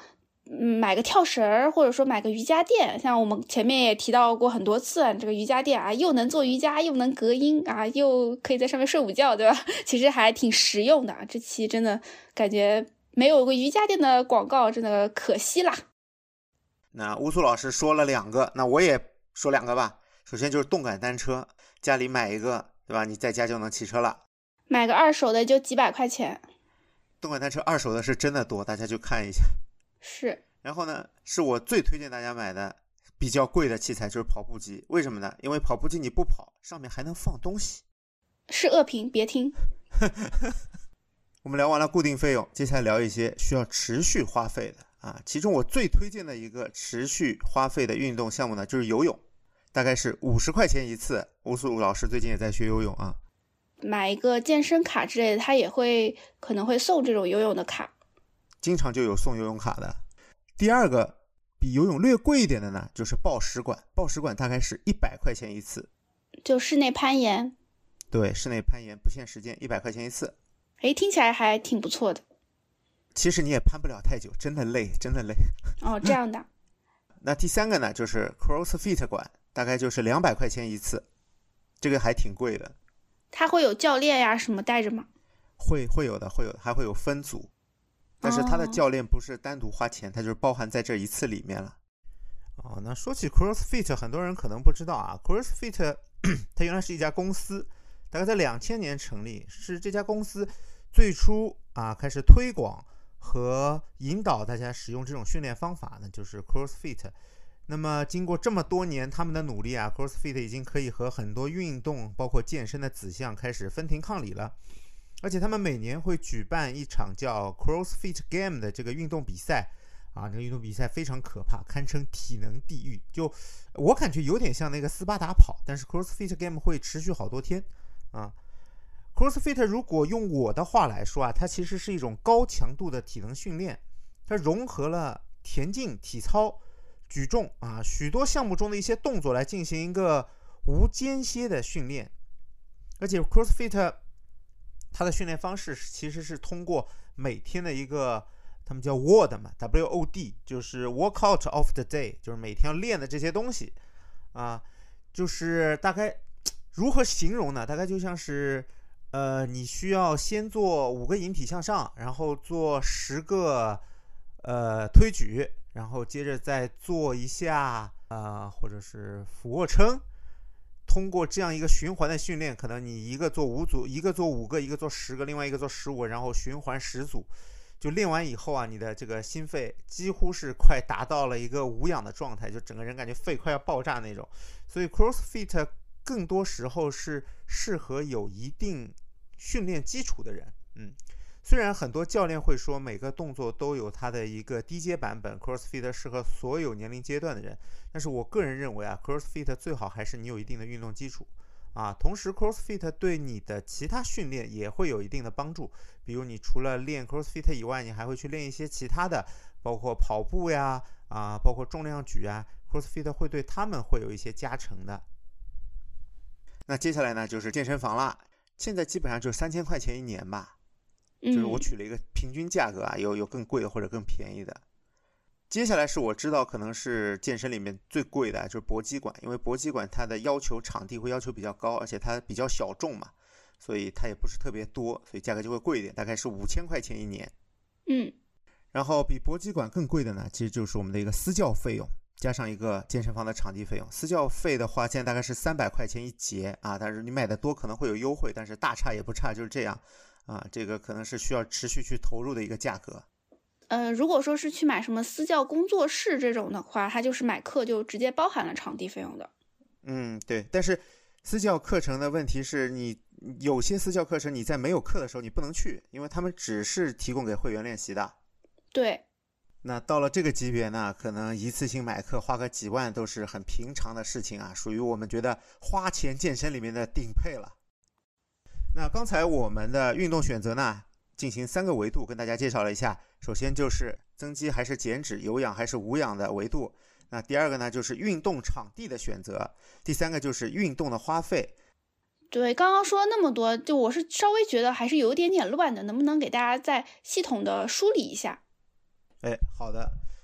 嗯买个跳绳儿，或者说买个瑜伽垫。像我们前面也提到过很多次，这个瑜伽垫啊，又能做瑜伽，又能隔音啊，又可以在上面睡午觉，对吧？其实还挺实用的。这期真的感觉没有个瑜伽垫的广告，真的可惜啦。 那乌苏老师说了两个，那我也说两个吧。首先就是动感单车，家里买一个，对吧？你在家就能骑车了。 买个二手的就几百块钱。 动感单车二手的是真的多，大家去看一下。 是。 然后呢，是我最推荐大家买的比较贵的器材，就是跑步机。为什么呢？因为跑步机你不跑，上面还能放东西。 是恶评，别听。 我们聊完了固定费用，接下来聊一些需要持续花费的啊。其中我最推荐的一个持续花费的运动项目呢，就是游泳，大概是五十块钱一次。乌苏老师最近也在学游泳啊。 买一个健身卡之类的，他也会可能会送这种游泳的卡， 经常就有送游泳卡的。第二个比游泳略贵一点的呢，就是抱石馆。抱石馆大概是一百块钱一次， 就室内攀岩。 对，室内攀岩不限时间，一百块钱一次。 诶，听起来还挺不错的。 其实你也攀不了太久，真的累，真的累。 哦，这样的。 那第三个呢，就是 CrossFit 馆，大概就是两百块钱一次，这个还挺贵的。 它会有教练呀什么带着吗？ 会会有的，会有的，还会有分组。但是他的教练不是单独花钱，他就是包含在这一次里面了。哦，那说起 CrossFit， 很多人可能不知道啊 ，CrossFit 它原来是一家公司，大概在两千年成立，是这家公司最初啊开始推广和引导大家使用这种训练方法，那就是 CrossFit。那么经过这么多年他们的努力啊 ，CrossFit 已经可以和很多运动，包括健身的子项开始分庭抗礼了。而且他们每年会举办一场叫 CrossFit Game 的这个运动比赛啊，这个运动比赛非常可怕，堪称体能地狱。就我感觉有点像那个斯巴达跑，但是 CrossFit Game 会持续好多天啊。CrossFit 如果用我的话来说啊，它其实是一种高强度的体能训练，它融合了田径、体操、举重啊许多项目中的一些动作来进行一个无间歇的训练。而且 CrossFit它的训练方式其实是通过每天的一个他们叫 W O D 嘛 W O D 就是 Workout of the Day， 就是每天要练的这些东西啊，就是大概如何形容呢？大概就像是呃，你需要先做五个引体向上，然后做十个呃推举，然后接着再做一下呃或者是俯卧撑。通过这样一个循环的训练，可能你一个做五组，一个做五个，一个做十个，另外一个做十五，然后循环十组，就练完以后啊，你的这个心肺几乎是快达到了一个无氧的状态，就整个人感觉肺快要爆炸那种。所以 CrossFit 更多时候是适合有一定训练基础的人。嗯，虽然很多教练会说每个动作都有它的一个低阶版本 ，CrossFit 适合所有年龄阶段的人。但是我个人认为啊 ，CrossFit 最好还是你有一定的运动基础啊。同时 ，CrossFit 对你的其他训练也会有一定的帮助。比如你除了练 CrossFit 以外，你还会去练一些其他的，包括跑步呀，啊，包括重量举啊 ，CrossFit 会对他们会有一些加成的。那接下来呢，就是健身房啦。现在基本上就三千块钱一年吧，就是我取了一个平均价格啊，有有更贵的或者更便宜的。接下来是我知道可能是健身里面最贵的，就是搏击馆，因为搏击馆它的要求场地会要求比较高，而且它比较小众嘛，所以它也不是特别多，所以价格就会贵一点，大概是五千块钱一年。 嗯， 然后比搏击馆更贵的呢，其实就是我们的一个私教费用，加上一个健身房的场地费用。私教费的话，现在大概是三百块钱一节啊，但是你买的多可能会有优惠，但是大差也不差，就是这样啊，这个可能是需要持续去投入的一个价格。 呃，如果说是去买什么私教工作室这种的话，它就是买课就直接包含了场地费用的。 嗯，对。但是私教课程的问题是你有些私教课程你在没有课的时候你不能去，因为他们只是提供给会员练习的。 对。 那到了这个级别呢，可能一次性买课花个几万都是很平常的事情啊，属于我们觉得花钱健身里面的顶配了。那刚才我们的运动选择呢，进行三个维度跟大家介绍了一下。首先就是增肌还是减脂，有氧还是无氧的维度。那第二个呢，就是运动场地的选择。第三个就是运动的花费。 对，刚刚说了那么多，就我是稍微觉得还是有点点乱的，能不能给大家再系统的梳理一下？ 哎，好的。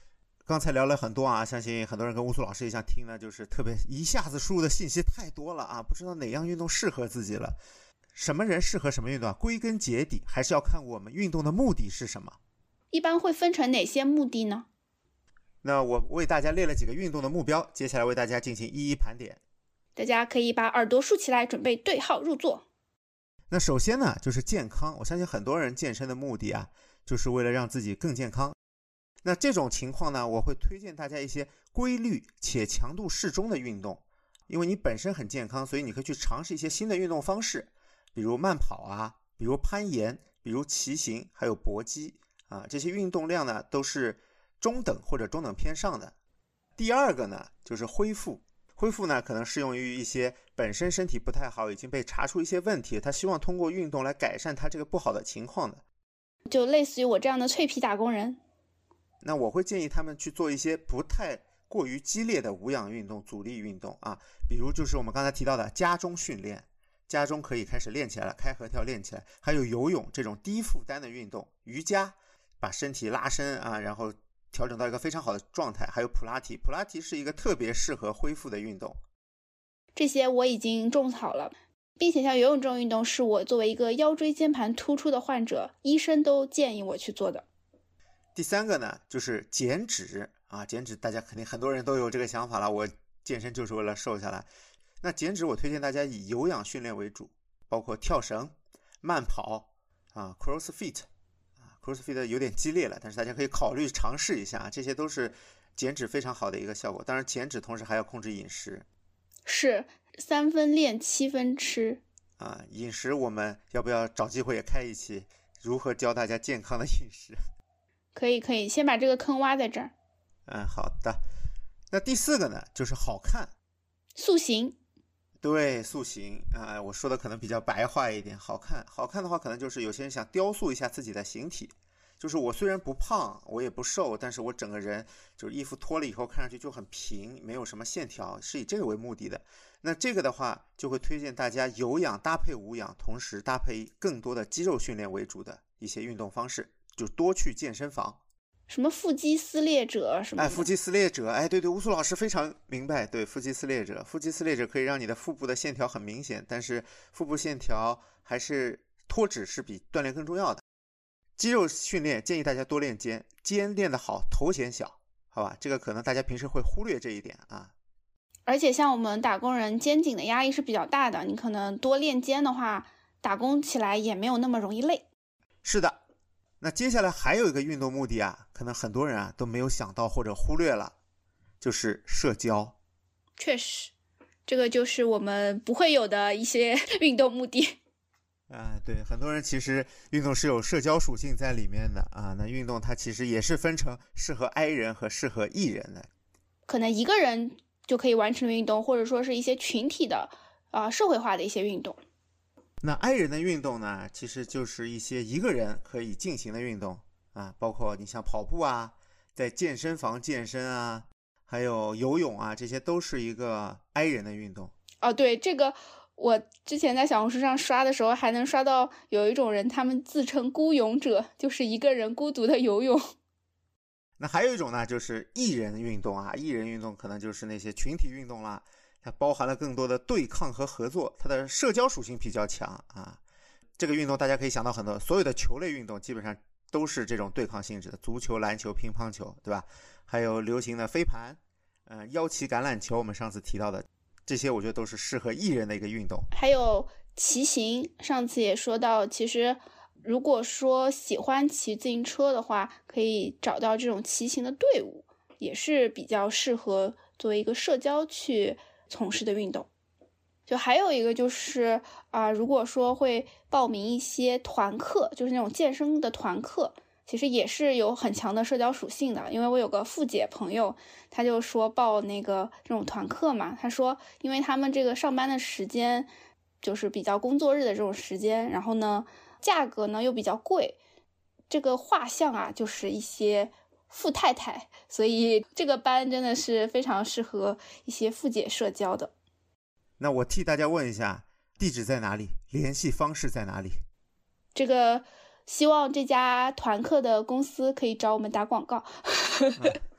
刚才聊了很多啊，相信很多人跟乌苏老师一样听呢，就是特别一下子输入的信息太多了啊，不知道哪样运动适合自己了。什么人适合什么运动啊？归根结底还是要看我们运动的目的是什么。 一般会分成哪些目的呢？ 那我为大家列了几个运动的目标，接下来为大家进行一一盘点。 大家可以把耳朵竖起来，准备对号入座。 那首先呢，就是健康。我相信很多人健身的目的啊，就是为了让自己更健康。那这种情况呢，我会推荐大家一些规律且强度适中的运动，因为你本身很健康，所以你可以去尝试一些新的运动方式，比如慢跑啊，比如攀岩，比如骑行，还有搏击啊，这些运动量呢都是中等或者中等偏上的。第二个呢，就是恢复。恢复呢，可能适用于一些本身身体不太好，已经被查出一些问题，他希望通过运动来改善他这个不好的情况的， 就类似于我这样的脆皮打工人。 那我会建议他们去做一些不太过于激烈的无氧运动、阻力运动啊，比如就是我们刚才提到的家中训练，家中可以开始练起来了，开合跳练起来，还有游泳这种低负担的运动，瑜伽把身体拉伸啊，然后调整到一个非常好的状态，还有普拉提，普拉提是一个特别适合恢复的运动。 这些我已经种草了，并且像游泳这种运动是我作为一个腰椎间盘突出的患者，医生都建议我去做的。 第三个呢，就是减脂啊，减脂大家肯定很多人都有这个想法了，我健身就是为了瘦下来。那减脂我推荐大家以有氧训练为主，包括跳绳、慢跑啊 ，CrossFit 啊 ，CrossFit 有点激烈了，但是大家可以考虑尝试一下，这些都是减脂非常好的一个效果。当然减脂同时还要控制饮食， 是三分练七分吃啊，饮食我们要不要找机会也开一期，如何教大家健康的饮食？ 可以可以，先把这个坑挖在这儿。 嗯，好的。那第四个呢，就是好看， 塑形。 对，塑形啊、呃，我说的可能比较白话一点，好看。好看的话，可能就是有些人想雕塑一下自己的形体，就是我虽然不胖，我也不瘦，但是我整个人就是衣服脱了以后看上去就很平，没有什么线条，是以这个为目的的。那这个的话，就会推荐大家有氧搭配无氧，同时搭配更多的肌肉训练为主的一些运动方式。就多去健身房， 什么腹肌撕裂者什么的。 哎，腹肌撕裂者，哎，对对，乌苏老师非常明白。对，腹肌撕裂者，腹肌撕裂者可以让你的腹部的线条很明显，但是腹部线条还是脱脂是比锻炼更重要的。肌肉训练建议大家多练肩，肩练得好，头显小，好吧？这个可能大家平时会忽略这一点啊。 而且像我们打工人，肩颈的压力是比较大的，你可能多练肩的话，打工起来也没有那么容易累。 是的。那接下来还有一个运动目的啊，可能很多人啊都没有想到或者忽略了，就是社交。 确实，这个就是我们不会有的一些运动目的。 啊，对，很多人其实运动是有社交属性在里面的啊。那运动它其实也是分成适合 I 人和适合 E 人的。 可能一个人就可以完成运动，或者说是一些群体的啊、呃、社会化的一些运动。 那 I 人的运动呢，其实就是一些一个人可以进行的运动啊，包括你像跑步啊，在健身房健身啊，还有游泳啊，这些都是一个 I 人的运动。 哦，对，这个我之前在小红书上刷的时候，还能刷到有一种人，他们自称孤勇者，就是一个人孤独的游泳。 那还有一种呢，就是 E 人运动啊 ，E 人运动可能就是那些群体运动啦。它包含了更多的对抗和合作，它的社交属性比较强啊。这个运动大家可以想到很多，所有的球类运动基本上都是这种对抗性质的，足球、篮球、乒乓球，对吧？还有流行的飞盘，呃，腰旗橄榄球，我们上次提到的这些，我觉得都是适合艺人的一个运动。 还有骑行，上次也说到，其实如果说喜欢骑自行车的话，可以找到这种骑行的队伍，也是比较适合作为一个社交去从事的运动。就还有一个就是啊、呃，如果说会报名一些团课，就是那种健身的团课，其实也是有很强的社交属性的。因为我有个富姐朋友，他就说报那个这种团课嘛，他说因为他们这个上班的时间就是比较工作日的这种时间，然后呢价格呢又比较贵，这个画像啊就是一些富太太，所以这个班真的是非常适合一些富姐社交的。 那我替大家问一下，地址在哪里？联系方式在哪里？ 这个希望这家团课的公司可以找我们打广告。 嗯、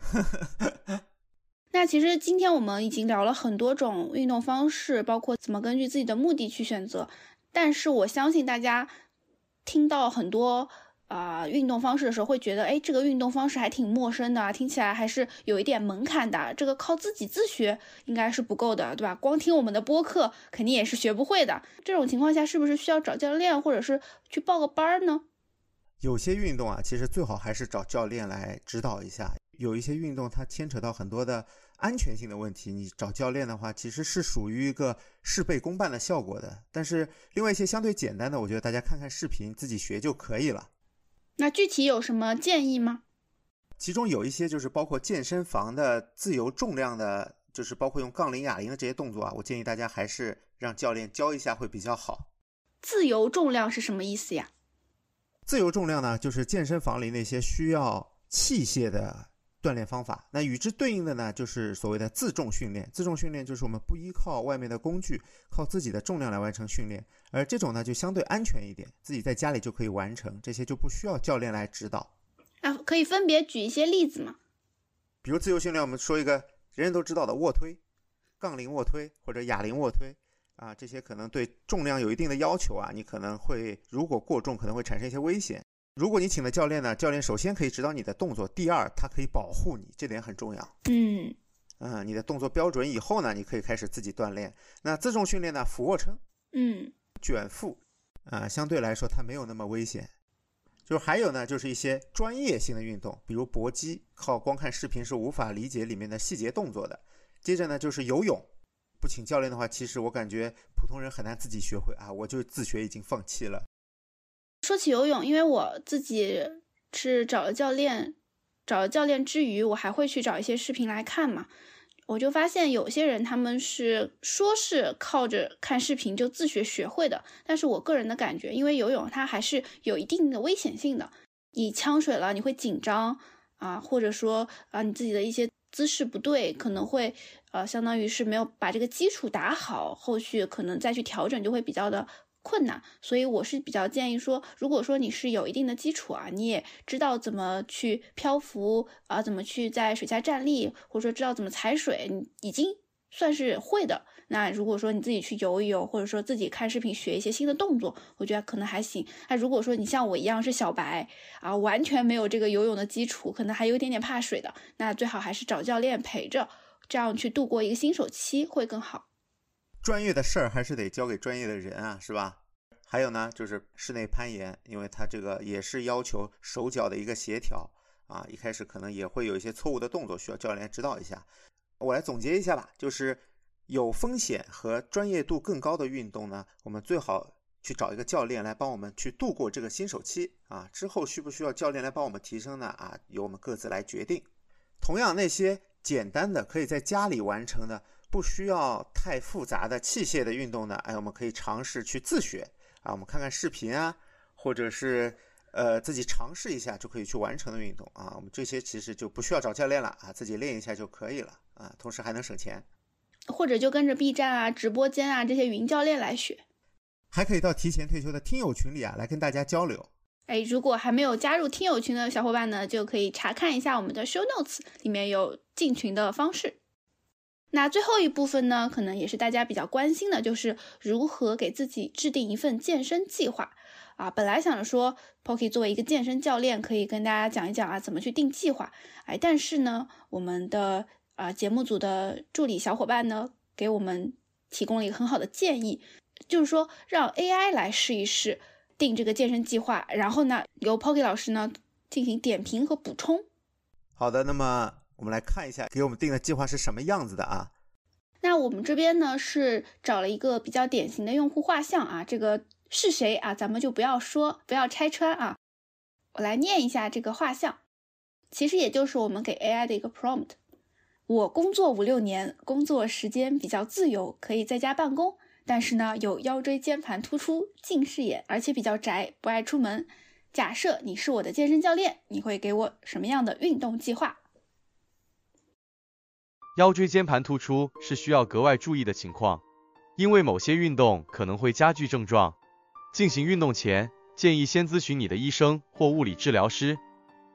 那其实今天我们已经聊了很多种运动方式，包括怎么根据自己的目的去选择。但是我相信大家听到很多啊、呃、运动方式的时候，会觉得，哎，这个运动方式还挺陌生的，听起来还是有一点门槛的。这个靠自己自学应该是不够的，对吧？光听我们的播客肯定也是学不会的。这种情况下，是不是需要找教练，或者是去报个班呢？ 有些运动啊，其实最好还是找教练来指导一下。有一些运动它牵扯到很多的安全性的问题，你找教练的话其实是属于一个事倍功半的效果的。但是另外一些相对简单的，我觉得大家看看视频自己学就可以了。 那具体有什么建议吗？ 其中有一些就是包括健身房的自由重量的，就是包括用杠铃哑铃的这些动作啊，我建议大家还是让教练教一下会比较好。 自由重量是什么意思呀？ 自由重量呢，就是健身房里那些需要器械的锻炼方法。那与之对应的呢，就是所谓的自重训练。自重训练就是我们不依靠外面的工具，靠自己的重量来完成训练。而这种呢，就相对安全一点，自己在家里就可以完成，这些就不需要教练来指导。 啊，可以分别举一些例子吗？ 比如自由训练，我们说一个人人都知道的卧推、杠铃卧推或者哑铃卧推啊，这些可能对重量有一定的要求啊，你可能会如果过重可能会产生一些危险。如果你请的教练呢，教练首先可以指导你的动作，第二他可以保护你，这点很重要。 嗯嗯，你的动作标准以后呢，你可以开始自己锻炼。那自重训练呢，俯卧撑、 嗯卷腹啊，相对来说它没有那么危险。就是还有呢，就是一些专业性的运动，比如搏击，靠光看视频是无法理解里面的细节动作的。接着呢，就是游泳，不请教练的话，其实我感觉普通人很难自己学会啊，我就自学已经放弃了。 说起游泳，因为我自己是找了教练，找了教练之余，我还会去找一些视频来看嘛。我就发现有些人他们是说是靠着看视频就自学学会的，但是我个人的感觉，因为游泳它还是有一定的危险性的，你呛水了你会紧张啊，或者说啊你自己的一些姿势不对，可能会呃相当于是没有把这个基础打好，后续可能再去调整就会比较的困难。所以我是比较建议说，如果说你是有一定的基础啊，你也知道怎么去漂浮啊，怎么去在水下站立，或者说知道怎么踩水，你已经算是会的。那如果说你自己去游一游，或者说自己看视频学一些新的动作，我觉得可能还行。那如果说你像我一样是小白啊，完全没有这个游泳的基础，可能还有一点点怕水的，那最好还是找教练陪着，这样去度过一个新手期会更好。 专业的事儿还是得交给专业的人啊，是吧？还有呢，就是室内攀岩，因为它这个也是要求手脚的一个协调啊，一开始可能也会有一些错误的动作，需要教练指导一下。我来总结一下吧，就是有风险和专业度更高的运动呢，我们最好去找一个教练来帮我们去度过这个新手期啊。之后需不需要教练来帮我们提升呢？啊，由我们各自来决定。同样，那些简单的可以在家里完成的，不需要太复杂的器械的运动呢，哎，我们可以尝试去自学啊，我们看看视频啊，或者是呃自己尝试一下就可以去完成的运动啊，我们这些其实就不需要找教练了啊，自己练一下就可以了啊，同时还能省钱。 或者就跟着 B 站啊、直播间啊这些云教练来学， 还可以到提前退休的听友群里啊来跟大家交流。 哎，如果还没有加入听友群的小伙伴呢，就可以查看一下我们的 show notes， 里面有进群的方式。那最后一部分呢，可能也是大家比较关心的，就是如何给自己制定一份健身计划啊。本来想着说 Poki 作为一个健身教练，可以跟大家讲一讲啊怎么去定计划，哎，但是呢，我们的啊节目组的助理小伙伴呢，给我们提供了一个很好的建议，就是说让 A I 来试一试定这个健身计划，然后呢，由 Poki 老师呢进行点评和补充。 好的，那么我们来看一下给我们定的计划是什么样子的啊。 那我们这边呢是找了一个比较典型的用户画像啊，这个是谁啊，咱们就不要说，不要拆穿啊。我来念一下这个画像，其实也就是我们给 A I 的一个 prompt。我工作五六年，工作时间比较自由，可以在家办公，但是呢有腰椎间盘突出、近视眼，而且比较宅，不爱出门。假设你是我的健身教练，你会给我什么样的运动计划？ 腰椎间盘突出是需要格外注意的情况，因为某些运动可能会加剧症状。进行运动前，建议先咨询你的医生或物理治疗师。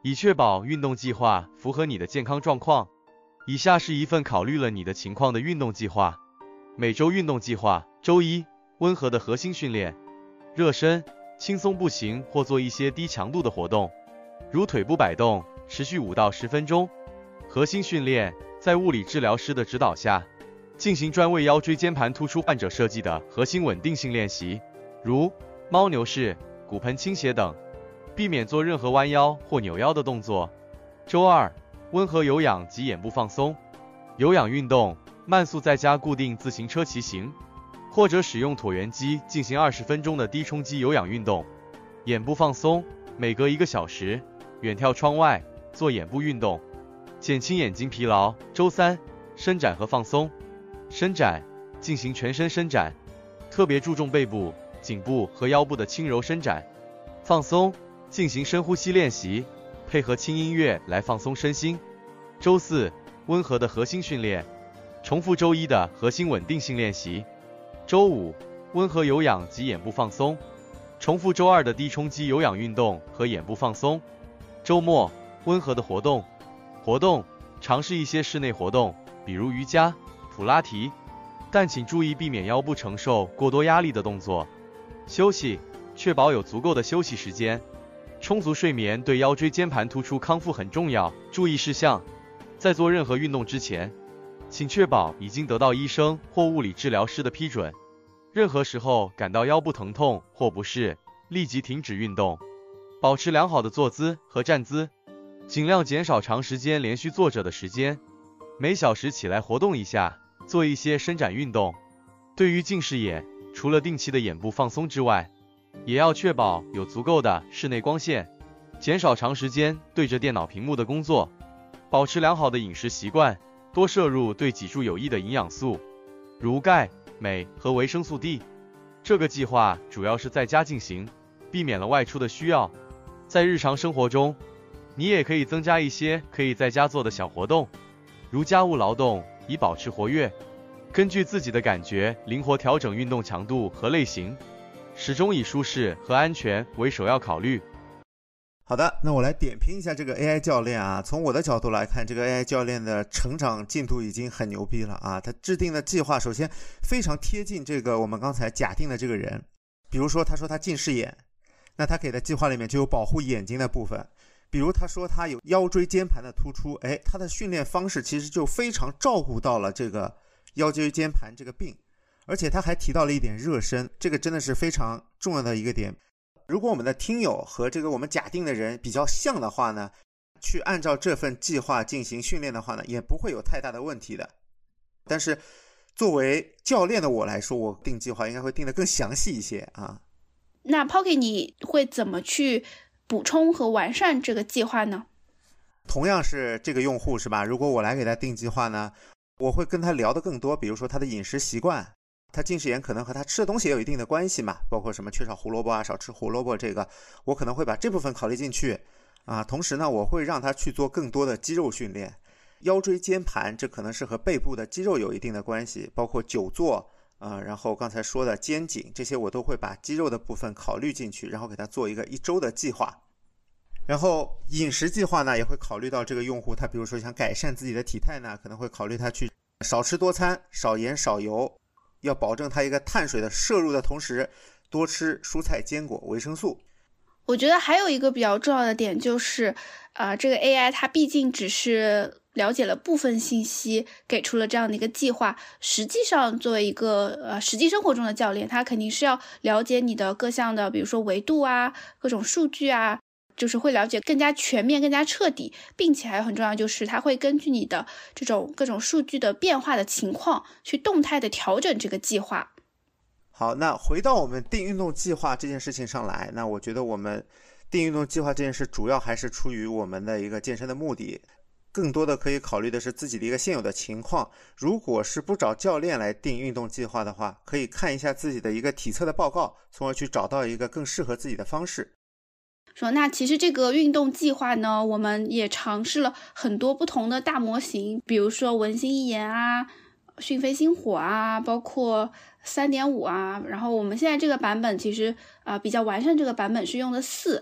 以确保运动计划符合你的健康状况，以下是一份考虑了你的情况的运动计划。每周运动计划：周一，温和的核心训练，热身，轻松步行或做一些低强度的活动，如腿部摆动，持续五到十分钟。核心训练在物理治疗师的指导下，进行专为腰椎间盘突出患者设计的核心稳定性练习，如猫牛式、骨盆倾斜等，避免做任何弯腰或扭腰的动作。周二，温和有氧及眼部放松，有氧运动，慢速在家固定自行车骑行，或者使用椭圆机进行二十分钟的低冲击有氧运动。眼部放松，每隔一个小时远眺窗外，做眼部运动，减轻眼睛疲劳。周三，伸展和放松，伸展，进行全身伸展，特别注重背部、颈部和腰部的轻柔伸展。放松，进行深呼吸练习，配合轻音乐来放松身心。周四，温和的核心训练，重复周一的核心稳定性练习。周五，温和有氧及眼部放松，重复周二的低冲击有氧运动和眼部放松。周末，温和的活动，活动，尝试一些室内活动，比如瑜伽、普拉提，但请注意避免腰部承受过多压力的动作。休息，确保有足够的休息时间，充足睡眠对腰椎间盘突出康复很重要。注意事项：在做任何运动之前，请确保已经得到医生或物理治疗师的批准。任何时候感到腰部疼痛或不适，立即停止运动。保持良好的坐姿和站姿，尽量减少长时间连续坐着的时间，每小时起来活动一下，做一些伸展运动。对于近视眼，除了定期的眼部放松之外，也要确保有足够的室内光线，减少长时间对着电脑屏幕的工作。保持良好的饮食习惯，多摄入对脊柱有益的营养素，如钙、镁和维生素 D。 这个计划主要是在家进行，避免了外出的需要。在日常生活中，你也可以增加一些可以在家做的小活动，如家务劳动，以保持活跃。根据自己的感觉灵活调整运动强度和类型，始终以舒适和安全为首要考虑。 好的，那我来点评一下这个 A I 教练啊。从我的角度来看，这个 A I 教练的成长进度已经很牛逼了啊。他制定的计划首先非常贴近这个我们刚才假定的这个人。比如说他说他近视眼，那他给的计划里面就有保护眼睛的部分。比如他说他有腰椎间盘的突出，哎，他的训练方式其实就非常照顾到了这个腰椎间盘这个病。而且他还提到了一点热身，这个真的是非常重要的一个点。如果我们的听友和这个我们假定的人比较像的话呢，去按照这份计划进行训练的话呢，也不会有太大的问题的。但是作为教练的我来说，我定计划应该会定得更详细一些啊。 那 Pocky 你会怎么去补充和完善这个计划呢？ 同样是这个用户是吧？如果我来给他定计划呢，我会跟他聊得更多，比如说他的饮食习惯，他近视眼可能和他吃的东西也有一定的关系嘛，包括什么缺少胡萝卜啊，少吃胡萝卜，这个我可能会把这部分考虑进去啊。同时呢，我会让他去做更多的肌肉训练，腰椎间盘这可能是和背部的肌肉有一定的关系，包括久坐啊，然后刚才说的肩颈，这些我都会把肌肉的部分考虑进去，然后给他做一个一周的计划。然后饮食计划呢，也会考虑到这个用户他比如说想改善自己的体态呢，可能会考虑他去少吃多餐，少盐少油，要保证它一个碳水的摄入的同时，多吃蔬菜坚果维生素。 我觉得还有一个比较重要的点就是，呃，这个 A I 它毕竟只是了解了部分信息，给出了这样的一个计划。实际上，作为一个呃实际生活中的教练，他肯定是要了解你的各项的，比如说维度啊、各种数据啊，就是会了解更加全面、更加彻底，并且还有很重要就是他会根据你的这种各种数据的变化的情况，去动态的调整这个计划。 好，那回到我们定运动计划这件事情上来，那我觉得我们定运动计划这件事主要还是出于我们的一个健身的目的，更多的可以考虑的是自己的一个现有的情况。如果是不找教练来定运动计划的话，可以看一下自己的一个体测的报告，从而去找到一个更适合自己的方式。 说那其实这个运动计划呢，我们也尝试了很多不同的大模型，比如说文心一言啊、讯飞星火啊，包括 三点五 啊，然后我们现在这个版本其实呃比较完善，这个版本是用的四。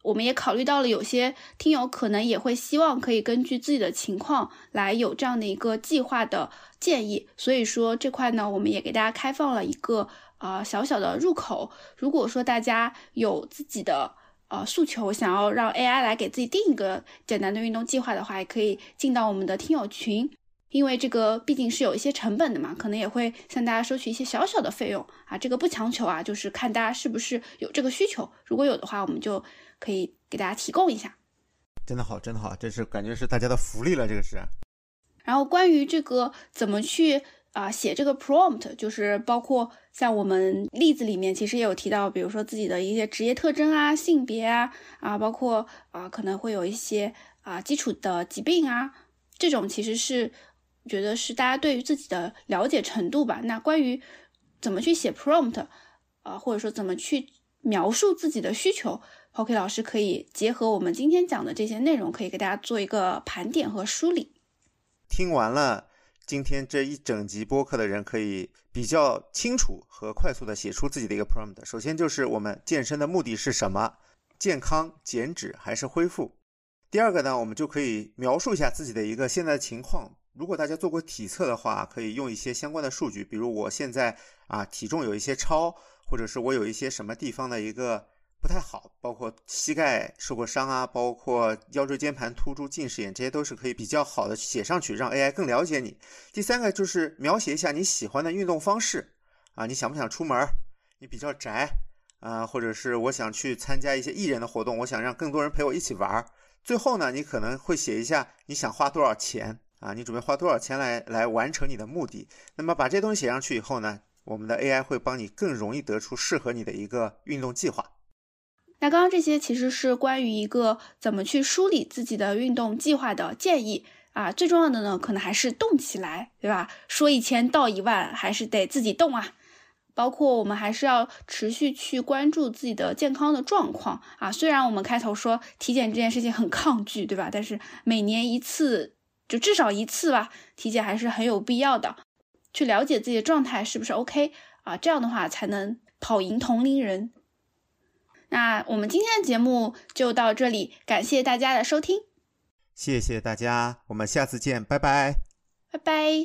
我们也考虑到了有些听友可能也会希望可以根据自己的情况来有这样的一个计划的建议，所以说这块呢我们也给大家开放了一个呃小小的入口。如果说大家有自己的呃诉求，想要让 A I 来给自己定一个简单的运动计划的话，也可以进到我们的听友群，因为这个毕竟是有一些成本的嘛，可能也会向大家收取一些小小的费用啊，这个不强求啊，就是看大家是不是有这个需求，如果有的话我们就可以给大家提供一下。 真的好真的好，这是感觉是大家的福利了，这个是。 然后关于这个怎么去啊、呃、写这个 prompt， 就是包括像我们例子里面其实也有提到，比如说自己的一些职业特征啊、性别啊啊，包括啊、呃、可能会有一些啊、呃、基础的疾病啊，这种其实是觉得是大家对于自己的了解程度吧。那关于怎么去写 prompt 啊、呃，或者说怎么去描述自己的需求， Poki 老师可以结合我们今天讲的这些内容，可以给大家做一个盘点和梳理。 听完了今天这一整集播客的人可以比较清楚和快速的写出自己的一个 prompt。 首先就是我们健身的目的是什么，健康、减脂还是恢复。第二个呢，我们就可以描述一下自己的一个现在的情况，如果大家做过体测的话，可以用一些相关的数据，比如我现在啊体重有一些超，或者是我有一些什么地方的一个不太好，包括膝盖受过伤啊，包括腰椎间盘突出、近视眼，这些都是可以比较好的写上去，让 A I 更了解你。第三个就是描写一下你喜欢的运动方式啊，你想不想出门？你比较宅啊，或者是我想去参加一些艺人的活动，我想让更多人陪我一起玩。最后呢，你可能会写一下你想花多少钱啊，你准备花多少钱来来完成你的目的。那么把这些东西写上去以后呢，我们的 A I 会帮你更容易得出适合你的一个运动计划。 那刚刚这些其实是关于一个怎么去梳理自己的运动计划的建议啊，最重要的呢，可能还是动起来，对吧？说一千道一万，还是得自己动啊。包括我们还是要持续去关注自己的健康的状况啊。虽然我们开头说体检这件事情很抗拒，对吧？但是每年一次，就至少一次吧，体检还是很有必要的，去了解自己的状态是不是 OK 啊，这样的话才能跑赢同龄人。那我们今天的节目就到这里，感谢大家的收听， 谢谢大家，我们下次见，拜拜， 拜拜。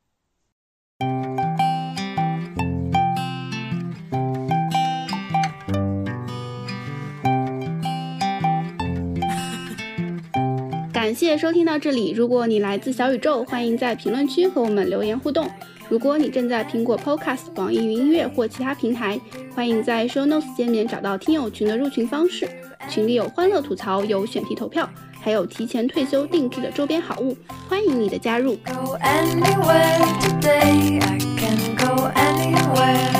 感谢收听到这里，如果你来自小宇宙，欢迎在评论区和我们留言互动。如果你正在苹果 Podcast、 网易云音乐或其他平台，欢迎在 Show Notes 界面找到听友群的入群方式，群里有欢乐吐槽，有选题投票，还有提前退休定制的周边好物，欢迎你的加入。Go anywhere today, I can go anywhere.